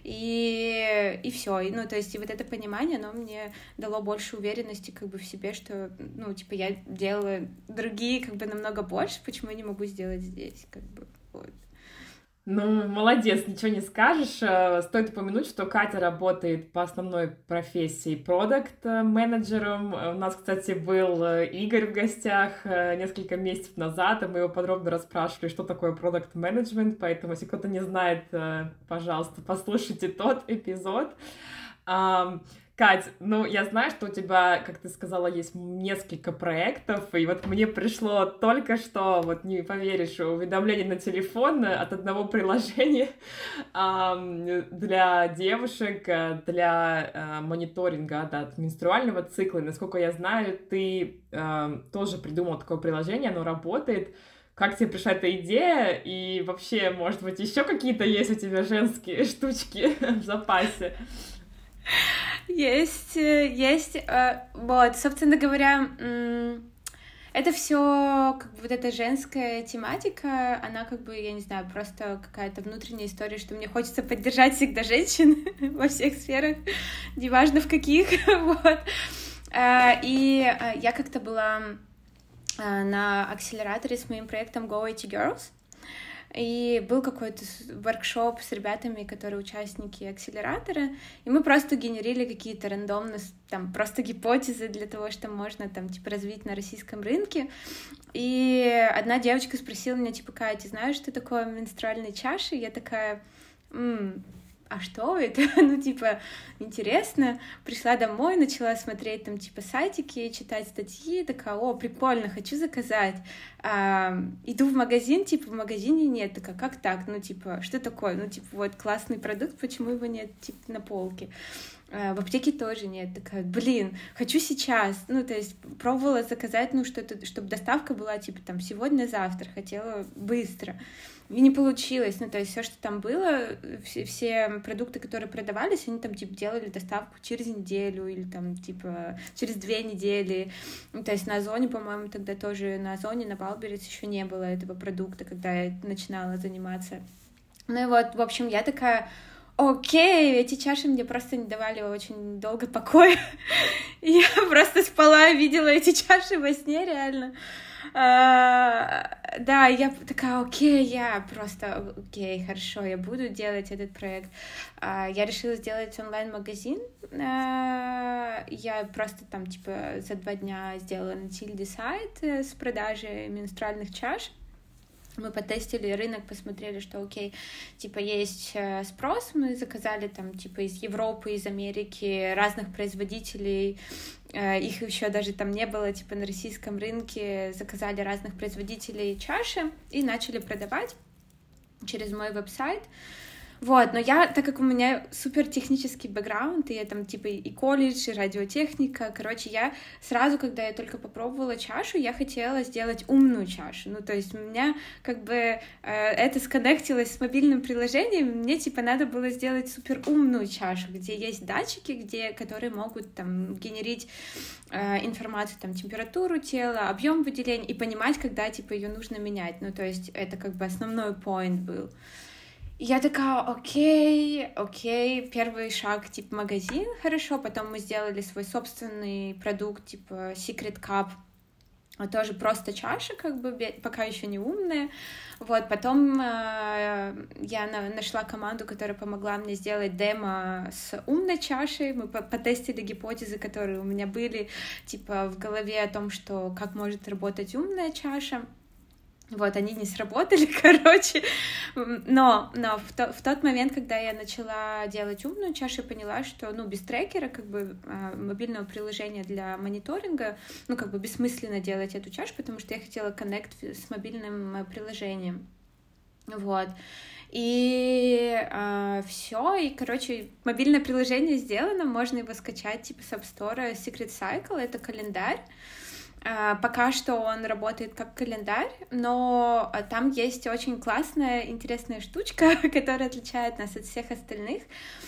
и, и все. И, ну, то есть, и вот это понимание, оно мне дало больше уверенности, как бы, в себе, что, ну, типа, я делаю другие, как бы, намного больше, почему я не могу сделать здесь, как бы, вот. Ну, молодец, ничего не скажешь. Стоит упомянуть, что Катя работает по основной профессии продакт-менеджером. У нас, кстати, был Игорь в гостях несколько месяцев назад, и мы его подробно расспрашивали, что такое продакт-менеджмент, поэтому, если кто-то не знает, пожалуйста, послушайте тот эпизод. Кать, ну, я знаю, что у тебя, как ты сказала, есть несколько проектов, и вот мне пришло только что, вот не поверишь, уведомление на телефон от одного приложения для девушек, для мониторинга, да, менструального цикла. И, насколько я знаю, ты тоже придумал такое приложение, оно работает. Как тебе пришла эта идея? И вообще, может быть, еще какие-то есть у тебя женские штучки в запасе? Есть, есть. Вот, собственно говоря, это все как бы вот эта женская тематика, она как бы, я не знаю, просто какая-то внутренняя история, что мне хочется поддержать всегда женщин во всех сферах, неважно в каких, вот. И я как-то была на акселераторе с моим проектом Go ай ти Girls, и был какой-то воркшоп с ребятами, которые участники акселератора, и мы просто генерили какие-то рандомно, там, просто гипотезы для того, что можно, там, типа, развить на российском рынке. И одна девочка спросила меня, типа, Катя, знаешь, что такое менструальные чаши? И я такая, м-м, а что это? Ну, типа, интересно. Пришла домой, начала смотреть там, типа, сайтики, читать статьи, такая, о, прикольно, хочу заказать. А, иду в магазин, типа, в магазине нет. Такая, как так? Ну, типа, что такое? Ну, типа, вот, классный продукт, почему его нет, типа, на полке? А, в аптеке тоже нет. Такая, блин, хочу сейчас. Ну, то есть, пробовала заказать, ну, что-то, чтобы доставка была, типа, там, сегодня-завтра, хотела быстро. И не получилось, ну, то есть все, что там было, все, все продукты, которые продавались, они там, типа, делали доставку через неделю или там, типа, через две недели. Ну, то есть на Озоне, по-моему, тогда тоже, на Озоне, на Wildberries еще не было этого продукта, когда я начинала заниматься. Ну и вот, в общем, я такая, окей, эти чаши мне просто не давали очень долго покоя. И я просто спала, видела эти чаши во сне, реально. Uh, да, я такая, окей, я просто, окей, хорошо, я буду делать этот проект. Uh, я решила сделать онлайн-магазин. Uh, я просто там, типа, за два дня сделала на Тильде сайт с продажей менструальных чаш. Мы потестили рынок, посмотрели, что окей, типа есть спрос, мы заказали там типа из Европы, из Америки, разных производителей, их еще даже там не было, типа на российском рынке, заказали разных производителей чаши и начали продавать через мой веб-сайт. Вот, но я, так как у меня супер технический бэкграунд, и я там типа и колледж, и радиотехника, короче, я сразу, когда я только попробовала чашу, я хотела сделать умную чашу, ну, то есть у меня как бы э, это сконнектилось с мобильным приложением, мне типа надо было сделать супер умную чашу, где есть датчики, где, которые могут там генерить э, информацию, там, температуру тела, объем выделения, и понимать, когда типа ее нужно менять, ну, то есть это как бы основной point был. Я такая, окей, окей, первый шаг, типа, магазин, хорошо, потом мы сделали свой собственный продукт, типа, Secret Cup, тоже просто чаша, как бы, пока еще не умная, вот, потом э, я на, нашла команду, которая помогла мне сделать демо с умной чашей, мы потестили гипотезы, которые у меня были, типа, в голове о том, что как может работать умная чаша. Вот, они не сработали, короче, но, но в, то, в тот момент, когда я начала делать умную чашу, я поняла, что, ну, без трекера, как бы, мобильного приложения для мониторинга, ну, как бы, бессмысленно делать эту чашу, потому что я хотела коннект с мобильным приложением, вот, и э, все, и, короче, мобильное приложение сделано, можно его скачать, типа, с App Store, Secret Cycle, это календарь. Пока что он работает как календарь, но там есть очень классная, интересная штучка, которая отличает нас от всех остальных.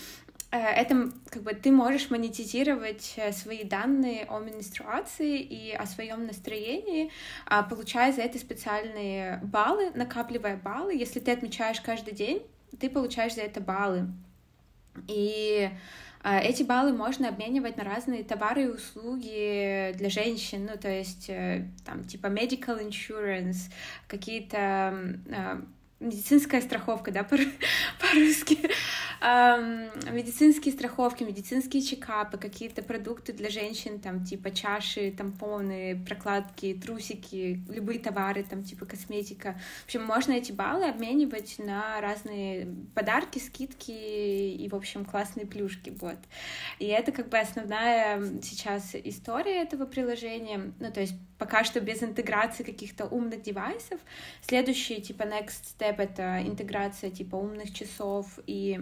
Это как бы ты можешь монетизировать свои данные о менструации и о своем настроении, получая за это специальные баллы, накапливая баллы. Если ты отмечаешь каждый день, ты получаешь за это баллы. И эти баллы можно обменивать на разные товары и услуги для женщин, ну, то есть, там, типа, medical insurance, какие-то медицинская страховка, да, по- по-русски, эм, медицинские страховки, медицинские чекапы, какие-то продукты для женщин, там, типа чаши, тампоны, прокладки, трусики, любые товары, там, типа косметика. В общем, можно эти баллы обменивать на разные подарки, скидки и, в общем, классные плюшки, вот. И это, как бы, основная сейчас история этого приложения, ну, то есть пока что без интеграции каких-то умных девайсов. Следующий, типа, next step — это интеграция, типа, умных часов и,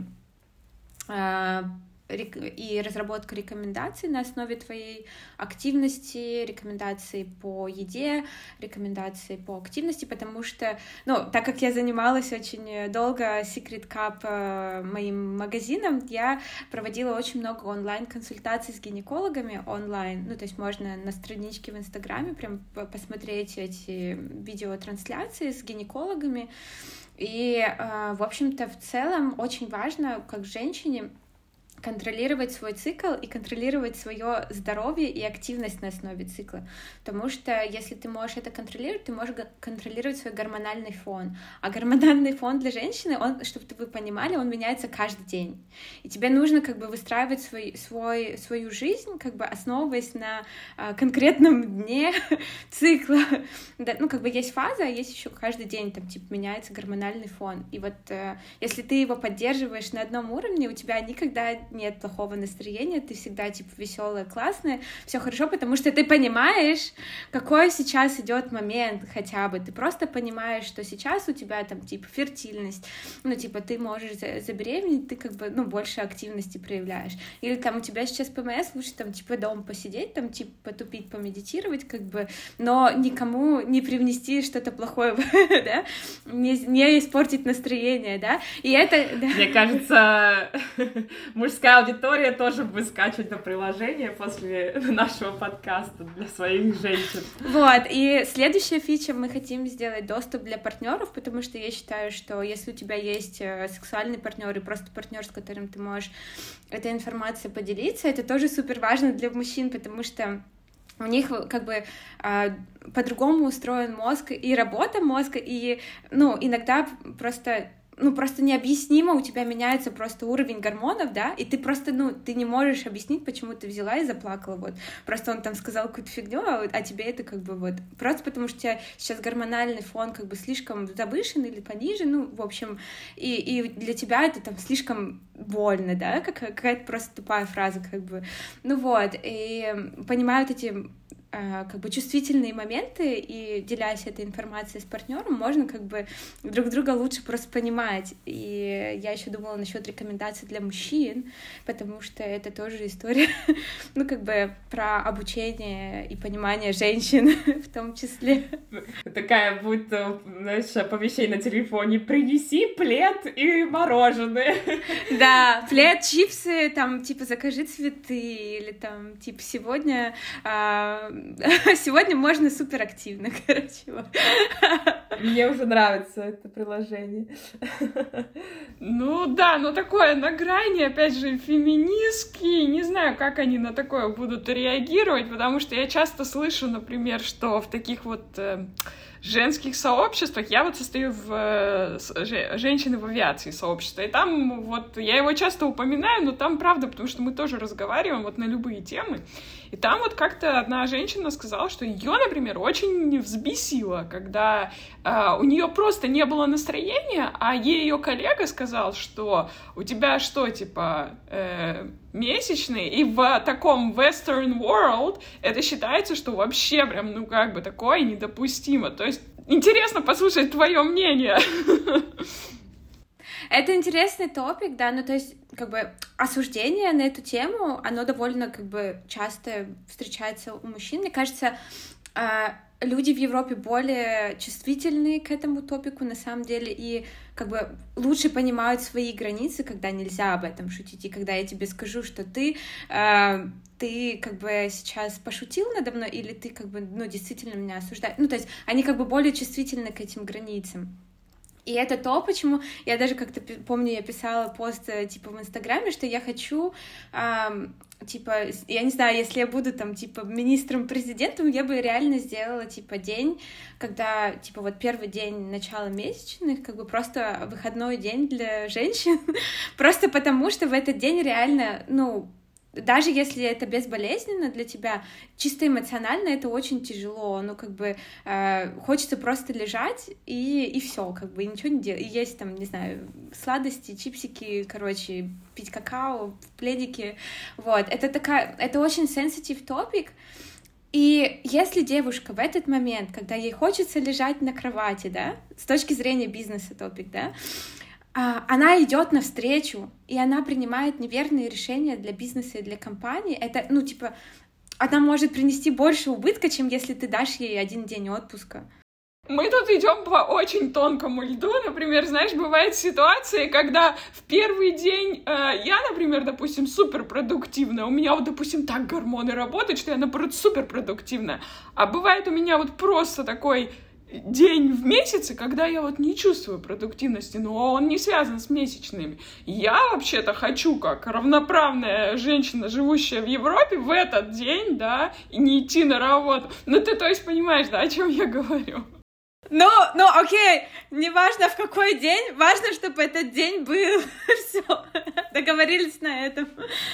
э, и разработка рекомендаций на основе твоей активности, рекомендаций по еде, рекомендаций по активности, потому что, ну, так как я занималась очень долго Secret Cup э, моим магазином, я проводила очень много онлайн-консультаций с гинекологами онлайн, ну, то есть можно на страничке в Инстаграме прям посмотреть эти видеотрансляции с гинекологами, и, э, в общем-то, в целом очень важно, как женщине, контролировать свой цикл и контролировать свое здоровье и активность на основе цикла. Потому что если ты можешь это контролировать, ты можешь контролировать свой гормональный фон. А гормональный фон для женщины, он, чтобы вы понимали, он меняется каждый день. И тебе нужно как бы выстраивать свой, свой, свою жизнь, как бы основываясь на а, конкретном дне цикла. Да, ну, как бы есть фаза, а есть еще каждый день там типа меняется гормональный фон. И вот э, если ты его поддерживаешь на одном уровне, у тебя никогда нет плохого настроения, ты всегда, типа, веселая, классная, все хорошо, потому что ты понимаешь, какой сейчас идет момент хотя бы, ты просто понимаешь, что сейчас у тебя там, типа, фертильность, ну, типа, ты можешь забеременеть, ты, как бы, ну, больше активности проявляешь, или там у тебя сейчас ПМС, лучше там, типа, дома посидеть, там, типа, потупить, помедитировать, как бы, но никому не привнести что-то плохое, да, не, не испортить настроение, да, и это... Да. Мне кажется, мужская аудитория тоже будет скачивать это приложение после нашего подкаста для своих женщин. Вот, и следующая фича, мы хотим сделать доступ для партнеров, потому что я считаю, что если у тебя есть сексуальный партнер и просто партнер, с которым ты можешь этой информацией поделиться, это тоже супер важно для мужчин, потому что у них как бы по-другому устроен мозг и работа мозга, и, ну, иногда просто ну, просто необъяснимо у тебя меняется просто уровень гормонов, да, и ты просто, ну, ты не можешь объяснить, почему ты взяла и заплакала, вот. Просто он там сказал какую-то фигню, а, а тебе это как бы вот... Просто потому что у тебя сейчас гормональный фон как бы слишком завышен или понижен, ну, в общем, и, и для тебя это там слишком больно, да, как, какая-то просто тупая фраза, как бы. Ну вот, и понимают эти как бы чувствительные моменты, и делясь этой информацией с партнером, можно как бы друг друга лучше просто понимать. И я еще думала насчет рекомендаций для мужчин, потому что это тоже история, ну, как бы про обучение и понимание женщин в том числе. Такая будет, знаешь, оповещение на телефоне: принеси плед и мороженое. Да, плед, чипсы, там, типа, закажи цветы, или там, типа, сегодня Сегодня можно суперактивно, короче. Вот. Мне уже нравится это приложение. Ну да, но такое на грани, опять же, феминистки. Не знаю, как они на такое будут реагировать, потому что я часто слышу, например, что в таких вот э, женских сообществах, я вот состою в э, женщины в авиации сообщество, и там вот, я его часто упоминаю, но там правда, потому что мы тоже разговариваем вот на любые темы, и там вот как-то одна женщина сказала, что ее, например, очень взбесило, когда э, у нее просто не было настроения, а ей ее коллега сказал, что у тебя что, типа, э, месячные, и в таком western world это считается, что вообще прям, ну, как бы такое недопустимо. То есть интересно послушать твое мнение. Это интересный топик, да, ну, то есть, как бы, осуждение на эту тему, оно довольно, как бы, часто встречается у мужчин. Мне кажется, люди в Европе более чувствительны к этому топику, на самом деле, и, как бы, лучше понимают свои границы, когда нельзя об этом шутить, и когда я тебе скажу, что ты... ты, как бы, сейчас пошутил надо мной, или ты, как бы, ну, действительно меня осуждаешь. Ну, то есть, они, как бы, более чувствительны к этим границам. И это то, почему я даже как-то помню, я писала пост типа в Инстаграме, что я хочу, эм, типа, я не знаю, если я буду там типа министром-президентом, я бы реально сделала типа день, когда типа вот первый день начала месячных, как бы просто выходной день для женщин, просто потому что в этот день реально, ну, даже если это безболезненно для тебя, чисто эмоционально это очень тяжело, ну, как бы, э, хочется просто лежать и, и все, как бы, и ничего не делать, и есть там, не знаю, сладости, чипсики, короче, пить какао в пледике, вот, это такая, это очень sensitive topic, и если девушка в этот момент, когда ей хочется лежать на кровати, да, с точки зрения бизнеса топик, да, она идет навстречу, и она принимает неверные решения для бизнеса и для компании. Это, ну, типа, она может принести больше убытка, чем если ты дашь ей один день отпуска. Мы тут идем по очень тонкому льду. Например, знаешь, бывают ситуации, когда в первый день э, я, например, допустим, суперпродуктивная. У меня вот, допустим, так гормоны работают, что я, наоборот, суперпродуктивная. А бывает у меня вот просто такой... день в месяце, когда я вот не чувствую продуктивности, но он не связан с месячными. Я вообще-то хочу, как равноправная женщина, живущая в Европе, в этот день, да, и не идти на работу. Ну, ты, то есть, понимаешь, да, о чем я говорю? Ну, ну, окей, не важно в какой день, важно, чтобы этот день был. Все, договорились на этом.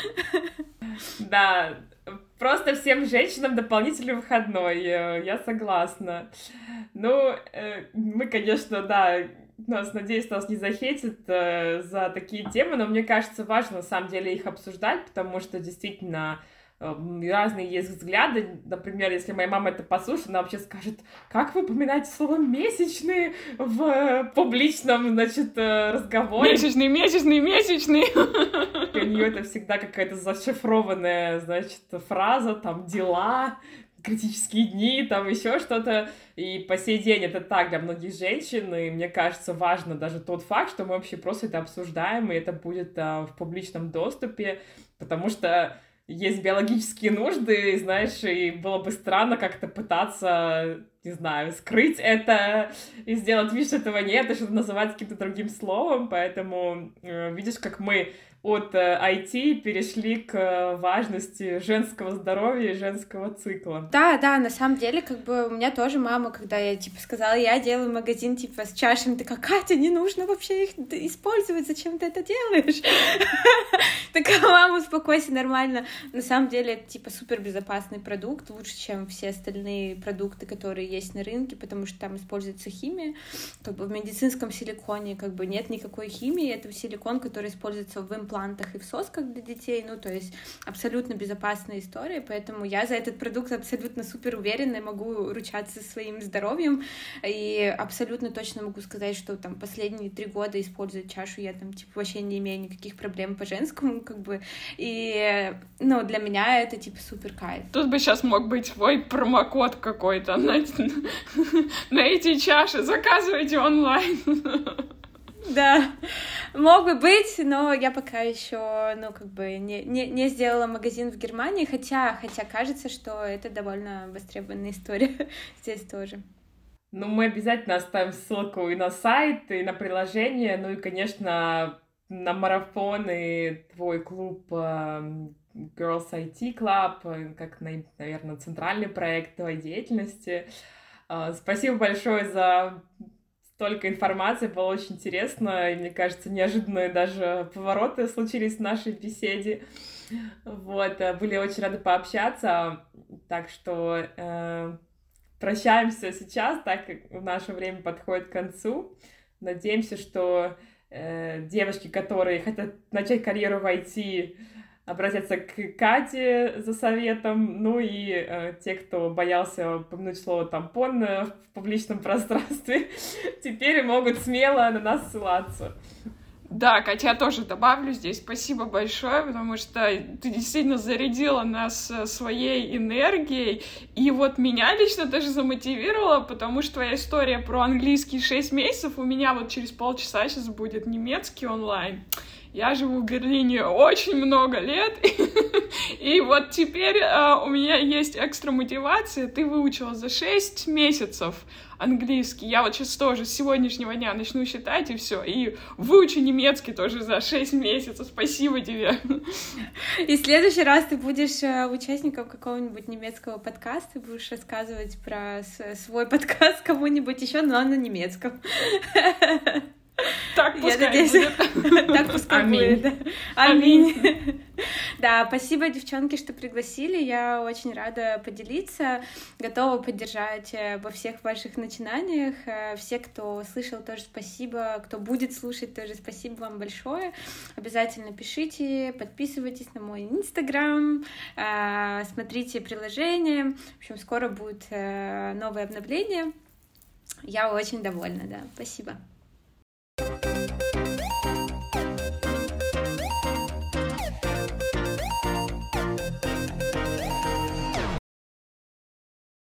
Да, просто всем женщинам дополнительный выходной, я согласна. Ну, мы, конечно, да, нас, надеюсь, нас не захейтят за такие темы, но мне кажется, важно на самом деле их обсуждать, потому что действительно разные есть взгляды. Например, если моя мама это послушает, она вообще скажет: как вы упоминаете слово «месячные» в публичном, значит, разговоре? Месячный, месячный, месячный. У нее это всегда какая-то зашифрованная, значит, фраза, там, дела, критические дни, там еще что-то. И по сей день это так для многих женщин, и мне кажется, важно даже тот факт, что мы вообще просто это обсуждаем, и это будет а, в публичном доступе, потому что есть биологические нужды, знаешь, и было бы странно как-то пытаться не знаю, скрыть это и сделать вид, что этого нет, и что-то называть каким-то другим словом, поэтому э, видишь, как мы от э, ай ти перешли к э, важности женского здоровья и женского цикла. Да, да, на самом деле, как бы у меня тоже мама, когда я, типа, сказала, я делаю магазин, типа, с чашами, такая, Катя, не нужно вообще их использовать, зачем ты это делаешь? Такая, мама, успокойся, нормально. На самом деле, это, типа, супер безопасный продукт, лучше, чем все остальные продукты, которые есть на рынке, потому что там используется химия, как бы в медицинском силиконе, как бы нет никакой химии, это силикон, который используется в имплантах и в сосках для детей, ну, то есть абсолютно безопасная история, поэтому я за этот продукт абсолютно супер уверена и могу ручаться своим здоровьем, и абсолютно точно могу сказать, что там последние три года использовать чашу я там, типа, вообще не имею никаких проблем по женскому, как бы, и, ну, для меня это, типа, супер кайф. Тут бы сейчас мог быть свой промокод какой-то на, на эти чаши, заказывайте онлайн. Да, мог бы быть, но я пока еще, ну, как бы не, не, не сделала магазин в Германии, хотя, хотя кажется, что это довольно востребованная история здесь тоже. Ну, мы обязательно оставим ссылку и на сайт, и на приложение, ну и, конечно, на марафон и твой клуб uh, Girls ай ти Club, как, наверное, центральный проект твоей деятельности. Uh, спасибо большое за столько информации, было очень интересно, и, мне кажется, неожиданные даже повороты случились в нашей беседе. Вот, были очень рады пообщаться, так что э, прощаемся сейчас, так как наше время подходит к концу. Надеемся, что э, девушки, которые хотят начать карьеру в ай ти, обратятся к Кате за советом, ну и э, те, кто боялся упомянуть слово «тампон» в публичном пространстве, теперь могут смело на нас ссылаться. Да, Катя, я тоже добавлю здесь. Спасибо большое, потому что ты действительно зарядила нас своей энергией. И вот меня лично даже замотивировала, потому что твоя история про английский шесть месяцев, у меня вот через полчаса сейчас будет немецкий онлайн. Я живу в Берлине очень много лет, и вот теперь uh, у меня есть экстра мотивация. Ты выучила за шесть месяцев английский. Я вот сейчас тоже с сегодняшнего дня начну считать, и все. И выучу немецкий тоже за шесть месяцев. Спасибо тебе. И в следующий раз ты будешь участником какого-нибудь немецкого подкаста, будешь рассказывать про свой подкаст кому-нибудь еще, но на немецком. Так пускай Я надеюсь, будет. Так пускай Аминь. будет. Да. Аминь. Да, спасибо, девчонки, что пригласили. Я очень рада поделиться. Готова поддержать во всех ваших начинаниях. Все, кто слышал, тоже спасибо. Кто будет слушать, тоже спасибо вам большое. Обязательно пишите, подписывайтесь на мой Инстаграм, смотрите приложение. В общем, скоро будет новое обновление. Я очень довольна, да. Спасибо.